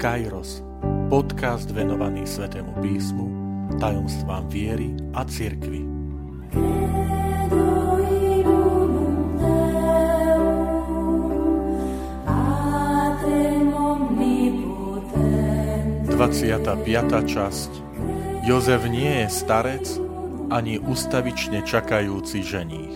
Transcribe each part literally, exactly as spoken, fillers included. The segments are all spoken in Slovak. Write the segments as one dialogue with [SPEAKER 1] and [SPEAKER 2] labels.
[SPEAKER 1] Kairos, podcast venovaný Svätému písmu, tajomstvám viery a cirkvi. dvadsiata piata časť. Jozef nie je starec, ani ustavične čakajúci ženích.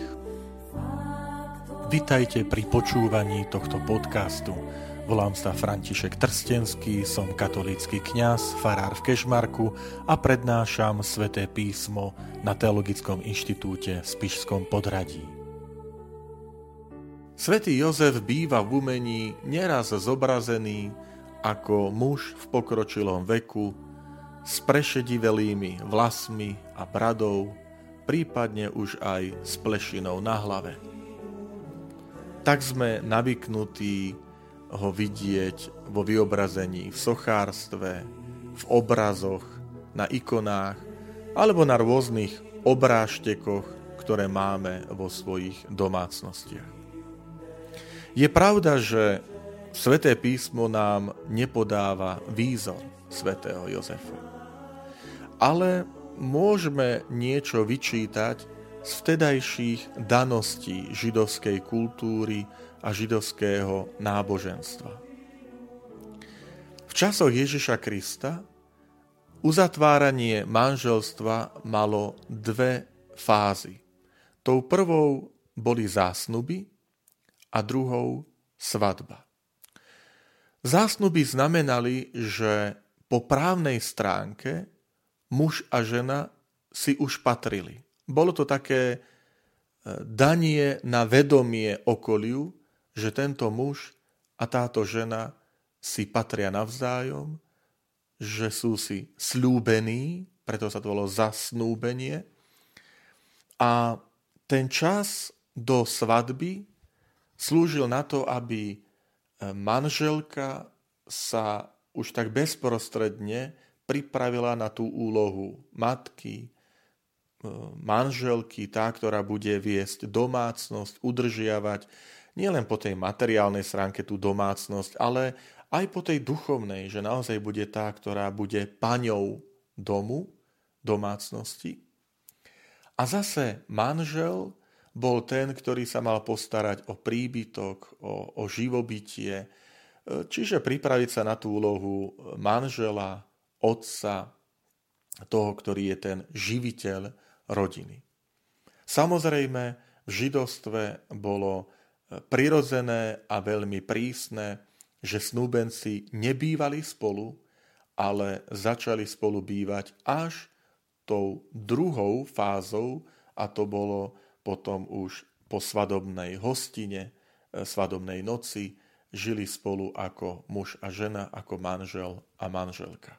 [SPEAKER 1] Vitajte pri počúvaní tohto podcastu. Volám sa František Trstenský, som katolícky kňaz, farár v Kežmarku a prednášam Sväté písmo na Teologickom inštitúte v Spišskom Podhradí. Svätý Jozef býva v umení neraz zobrazený ako muž v pokročilom veku s prešedivelými vlasmi a bradou, prípadne už aj s plešinou na hlave. Tak sme navyknutí ho vidieť vo vyobrazení v sochárstve, v obrazoch, na ikonách alebo na rôznych obrážtekoch, ktoré máme vo svojich domácnostiach. Je pravda, že Sväté písmo nám nepodáva výzor svätého Jozefa. Ale môžeme niečo vyčítať z vtedajších daností židovskej kultúry a židovského náboženstva. V časoch Ježiša Krista uzatváranie manželstva malo dve fázy. Tou prvou boli zásnuby a druhou svadba. Zásnuby znamenali, že po právnej stránke muž a žena si už patrili. Bolo to také danie na vedomie okoliu, že tento muž a táto žena si patria navzájom, že sú si sľúbení, preto sa to volalo zasnúbenie. A ten čas do svadby slúžil na to, aby manželka sa už tak bezprostredne pripravila na tú úlohu matky, manželky, tá, ktorá bude viesť domácnosť, udržiavať nielen po tej materiálnej stránke tú domácnosť, ale aj po tej duchovnej, že naozaj bude tá, ktorá bude paňou domu, domácnosti. A zase manžel bol ten, ktorý sa mal postarať o príbytok, o, o živobytie, čiže pripraviť sa na tú úlohu manžela, otca, toho, ktorý je ten živiteľ rodiny. Samozrejme, v židovstve bolo prirodzené a veľmi prísne, že snúbenci nebývali spolu, ale začali spolu bývať až tou druhou fázou, a to bolo potom už po svadobnej hostine, svadobnej noci, žili spolu ako muž a žena, ako manžel a manželka.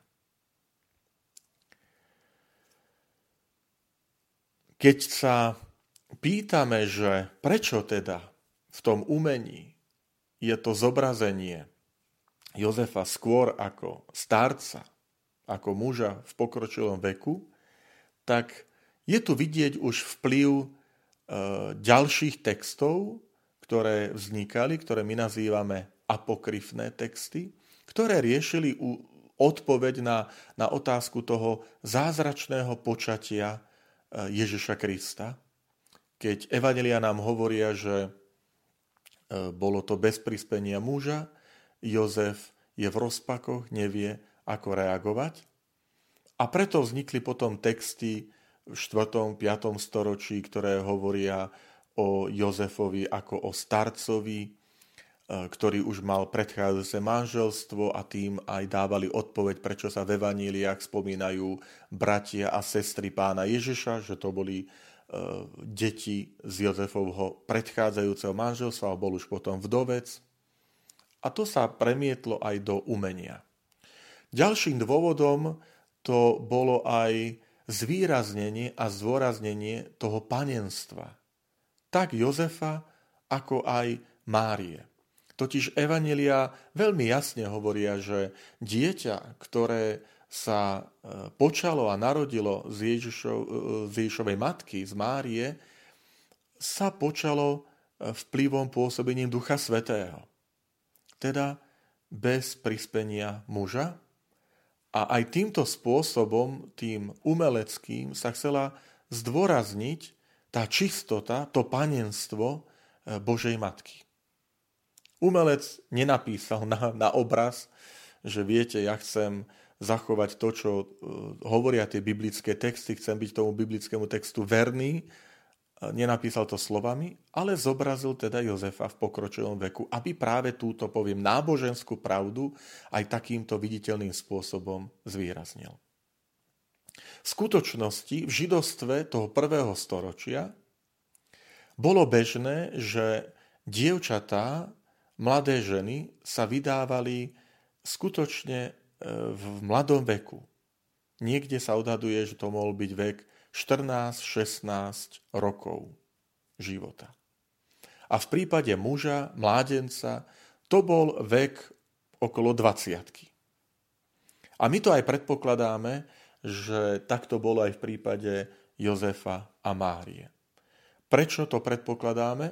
[SPEAKER 1] Keď sa pýtame, že prečo teda v tom umení je to zobrazenie Jozefa skôr ako starca, ako muža v pokročilom veku, tak je tu vidieť už vplyv ďalších textov, ktoré vznikali, ktoré my nazývame apokryfné texty, ktoré riešili odpoveď na, na otázku toho zázračného počatia Ježiša Krista. Keď evanjelia nám hovoria, že bolo to bez prispenia muža, Jozef je v rozpakoch, nevie, ako reagovať. A preto vznikli potom texty v štvrtom piatom storočí, ktoré hovoria o Jozefovi ako o starcovi, ktorý už mal predchádzajúce manželstvo a tým aj dávali odpoveď, prečo sa v evaníliách spomínajú bratia a sestry pána Ježiša, že to boli deti z Jozefovho predchádzajúceho manželstva, bol už potom vdovec. A to sa premietlo aj do umenia. Ďalším dôvodom to bolo aj zvýraznenie a zdôraznenie toho panenstva. Tak Jozefa, ako aj Márie. Totiž evanjelia veľmi jasne hovoria, že dieťa, ktoré sa počalo a narodilo z, Ježišov, z Ježišovej matky, z Márie, sa počalo vplyvom pôsobením Ducha Svätého. Teda bez prispenia muža. A aj týmto spôsobom, tým umeleckým, sa chcela zdôrazniť tá čistota, to panenstvo Božej Matky. Umelec nenapísal na, na obraz, že viete, ja chcem zachovať to, čo hovoria tie biblické texty, chcem byť tomu biblickému textu verný. Nenapísal to slovami, ale zobrazil teda Jozefa v pokročilom veku, aby práve túto, poviem, náboženskú pravdu aj takýmto viditeľným spôsobom zvýraznil. V skutočnosti v židovstve toho prvého storočia bolo bežné, že dievčatá, mladé ženy sa vydávali skutočne v mladom veku. Niekde sa odhaduje, že to mohol byť vek štrnásť šestnásť rokov života. A v prípade muža, mládenca, to bol vek okolo dvadsiatky. A my to aj predpokladáme, že takto bolo aj v prípade Jozefa a Márie. Prečo to predpokladáme?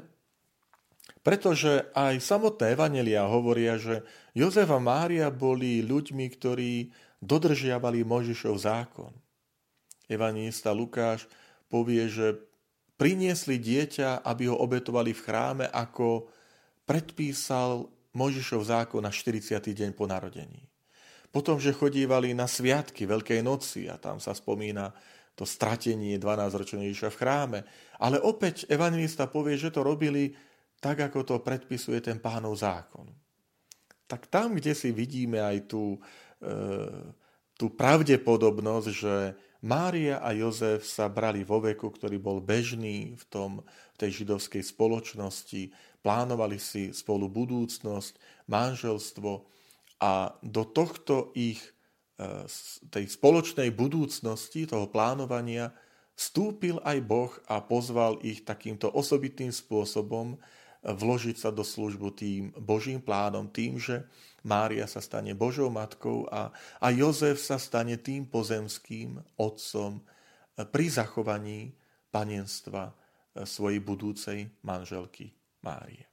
[SPEAKER 1] Pretože aj samotné evanjelia hovoria, že Jozef a Mária boli ľuďmi, ktorí dodržiavali Mojžišov zákon. Evanjelista Lukáš povie, že priniesli dieťa, aby ho obetovali v chráme, ako predpísal Mojžišov zákon na štyridsiaty deň po narodení. Potom, že chodívali na sviatky Veľkej noci a tam sa spomína to stratenie dvanásťročného Ježiša v chráme. Ale opäť evanjelista povie, že to robili tak, ako to predpisuje ten Pánov zákon. Tak tam, kde si vidíme aj tú, e, tú pravdepodobnosť, že Mária a Jozef sa brali vo veku, ktorý bol bežný v, tom, v tej židovskej spoločnosti, plánovali si spolu budúcnosť, manželstvo a do tohto ich tej spoločnej budúcnosti, toho plánovania, vstúpil aj Boh a pozval ich takýmto osobitným spôsobom vložiť sa do službu tým Božím plánom, tým, že Mária sa stane Božou matkou a, a Jozef sa stane tým pozemským otcom pri zachovaní panenstva svojej budúcej manželky Márie.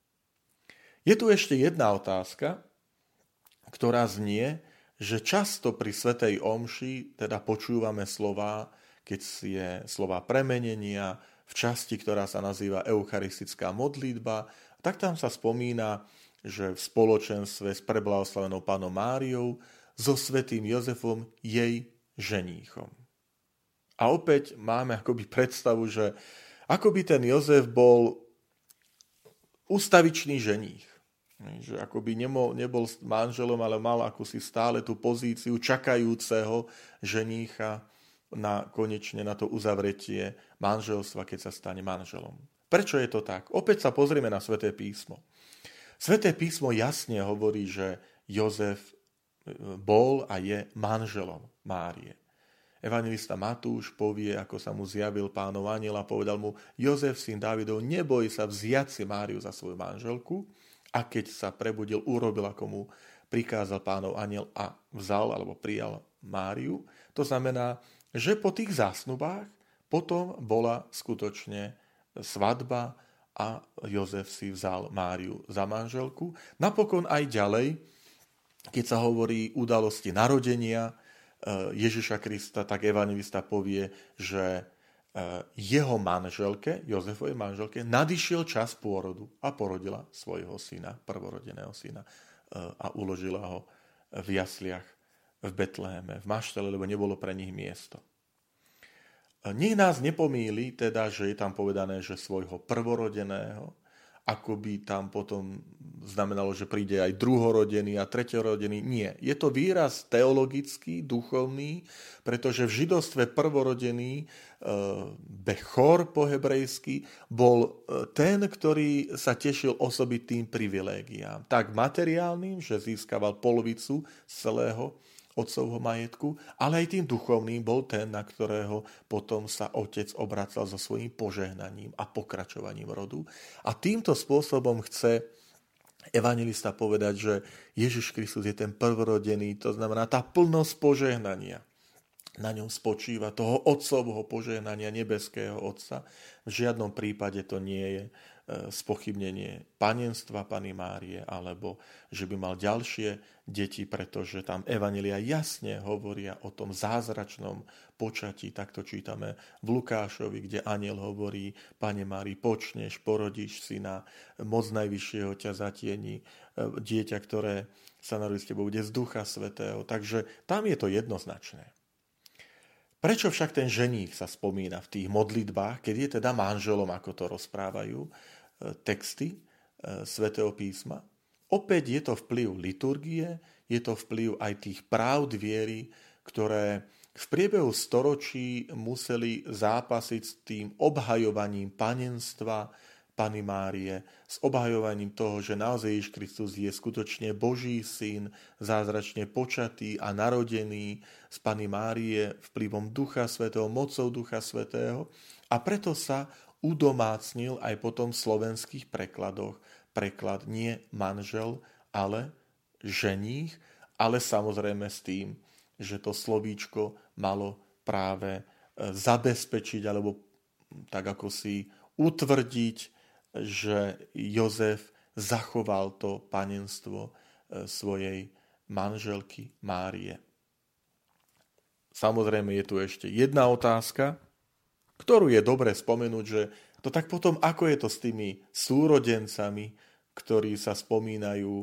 [SPEAKER 1] Je tu ešte jedna otázka, ktorá znie, že často pri svätej omši teda počúvame slová, keď je slová premenenia, v časti, ktorá sa nazýva eucharistická modlitba, tak tam sa spomína, že v spoločenstve s preblahoslavenou Pannou Máriou so svätým Jozefom jej ženíchom. A opäť máme akoby predstavu, že akoby ten Jozef bol ustavičný ženích. Že akoby nebol, nebol manželom, ale mal akúsi stále tú pozíciu čakajúceho ženícha na konečne na to uzavretie manželstva, keď sa stane manželom. Prečo je to tak? Opäť sa pozrieme na Sväté písmo. Sväté písmo jasne hovorí, že Jozef bol a je manželom Márie. Evanjelista Matúš povie, ako sa mu zjavil Pánov anjel a povedal mu: Jozef, syn Dávidov, neboj sa vziať si Máriu za svoju manželku. A keď sa prebudil, urobil, ako mu prikázal Pánov anjel a vzal alebo prijal Máriu. To znamená, že po tých zásnubách potom bola skutočne svadba a Jozef si vzal Máriu za manželku. Napokon aj ďalej, keď sa hovorí udalosti narodenia Ježiša Krista, tak evanjelista povie, že jeho manželke, Jozefovej manželke, nadišiel čas pôrodu a porodila svojho syna, prvorodeného syna a uložila ho v jasliach v Betléme, v maštale, lebo nebolo pre nich miesto. Nech nás nepomýli, teda, že je tam povedané, že svojho prvorodeného, ako by tam potom znamenalo, že príde aj druhorodený a treťorodený. Nie. Je to výraz teologický, duchovný, pretože v židovstve prvorodený Bechor po hebrejsky bol ten, ktorý sa tešil osobitým privilégiám. Tak materiálnym, že získaval polovicu celého otcovho majetku, ale aj tým duchovným bol ten, na ktorého potom sa otec obracal so svojím požehnaním a pokračovaním rodu. A týmto spôsobom chce evanjelista povedať, že Ježiš Kristus je ten prvorodený, to znamená tá plnosť požehnania. Na ňom spočíva toho otcovho požehnania nebeského Otca. V žiadnom prípade to nie je spochybnenie panenstva Panny Márie, alebo že by mal ďalšie deti, pretože tam evanjelia jasne hovoria o tom zázračnom počatí. Takto čítame v Lukášovi, kde anjel hovorí Panne Márii, počneš, porodíš syna, moc najvyššieho ťa zatieni, dieťa, ktoré sa narodí s tebou, bude z Ducha Svätého. Takže tam je to jednoznačné. Prečo však ten ženích sa spomína v tých modlitbách, keď je teda manželom, ako to rozprávajú texty Svätého písma? Opäť je to vplyv liturgie, je to vplyv aj tých práv viery, ktoré v priebehu storočí museli zápasiť s tým obhajovaním panenstva Panny Márie, s obhajovaním toho, že naozaj Ježiš Kristus je skutočne Boží syn, zázračne počatý a narodený z Panny Márie vplyvom Ducha Svätého, mocou Ducha Svätého, a preto sa udomácnil aj potom v slovenských prekladoch preklad nie manžel, ale ženích, ale samozrejme s tým, že to slovíčko malo práve zabezpečiť alebo tak ako si utvrdiť, že Jozef zachoval to panenstvo svojej manželky Márie. Samozrejme je tu ešte jedna otázka, ktorú je dobre spomenúť, že to tak potom, ako je to s tými súrodencami, ktorí sa spomínajú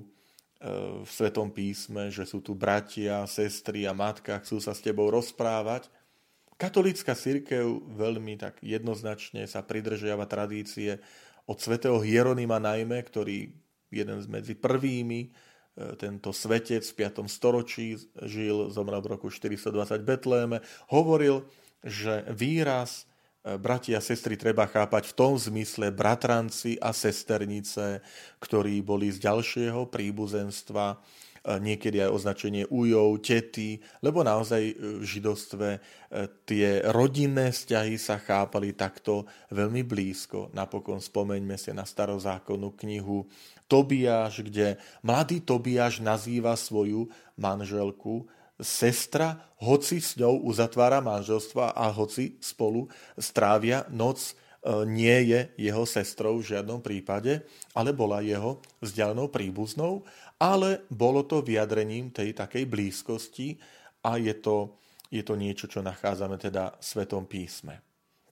[SPEAKER 1] v Svetom písme, že sú tu bratia, sestry a matka, chcú sa s tebou rozprávať. Katolícka cirkev veľmi tak jednoznačne sa pridržiava tradície od svätého Hieronima najmä, ktorý jeden z medzi prvými, tento svetec v piatom storočí žil, zomrel v roku štyristodvadsať v Betléme, hovoril, že výraz bratia a sestry treba chápať v tom zmysle bratranci a sesternice, ktorí boli z ďalšieho príbuzenstva, niekedy aj označenie ujov, tety, lebo naozaj v židovstve tie rodinné vzťahy sa chápali takto veľmi blízko. Napokon spomeňme si na starozákonnú knihu Tobiáš, kde mladý Tobiáš nazýva svoju manželku sestra, hoci s ňou uzatvára manželstva a hoci spolu strávia noc, nie je jeho sestrou v žiadnom prípade, ale bola jeho vzdialenou príbuznou, ale bolo to vyjadrením tej takej blízkosti a je to, je to niečo, čo nachádzame teda v Svetom písme.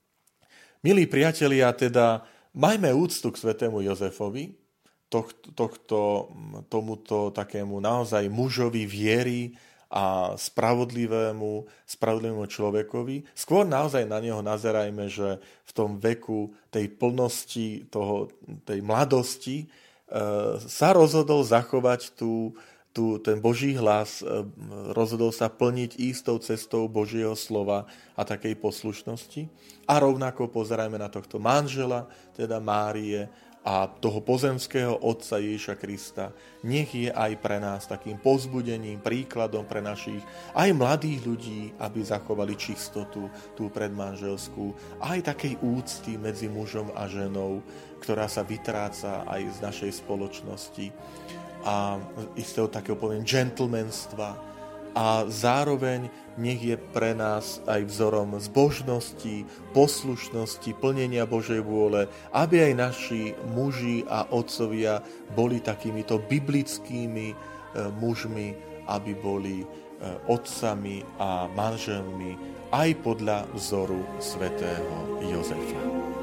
[SPEAKER 1] Milí priatelia, teda majme úctu k svätému Jozefovi, tohto, tohto, tomuto takému naozaj mužovi viery a spravodlivému, spravodlivému človekovi. Skôr naozaj na neho nazerajme, že v tom veku tej plnosti, toho, tej mladosti e, sa rozhodol zachovať tú, tú, ten Boží hlas, e, rozhodol sa plniť istou cestou Božieho slova a takej poslušnosti. A rovnako pozerajme na tohto manžela, teda Márie, a toho pozemského Otca Ježiša Krista. Nech je aj pre nás takým povzbudením, príkladom pre našich aj mladých ľudí, aby zachovali čistotu, tú predmanželskú, aj takej úcty medzi mužom a ženou, ktorá sa vytráca aj z našej spoločnosti. A istého takého, poviem, gentlemanstva. A zároveň nech je pre nás aj vzorom zbožnosti, poslušnosti, plnenia Božej vôle, aby aj naši muži a otcovia boli takýmito biblickými mužmi, aby boli otcami a manželmi aj podľa vzoru svätého Jozefa.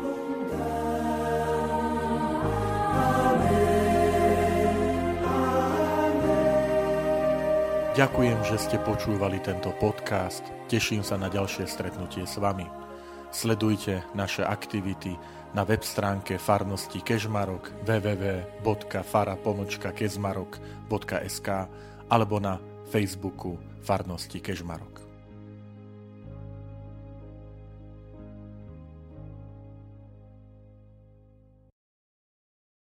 [SPEAKER 1] Ďakujem, že ste počúvali tento podcast. Teším sa na ďalšie stretnutie s vami. Sledujte naše aktivity na web stránke farnosti Kežmarok w w w bodka fara pomlčka kezmarok bodka es ká alebo na Facebooku farnosti Kežmarok.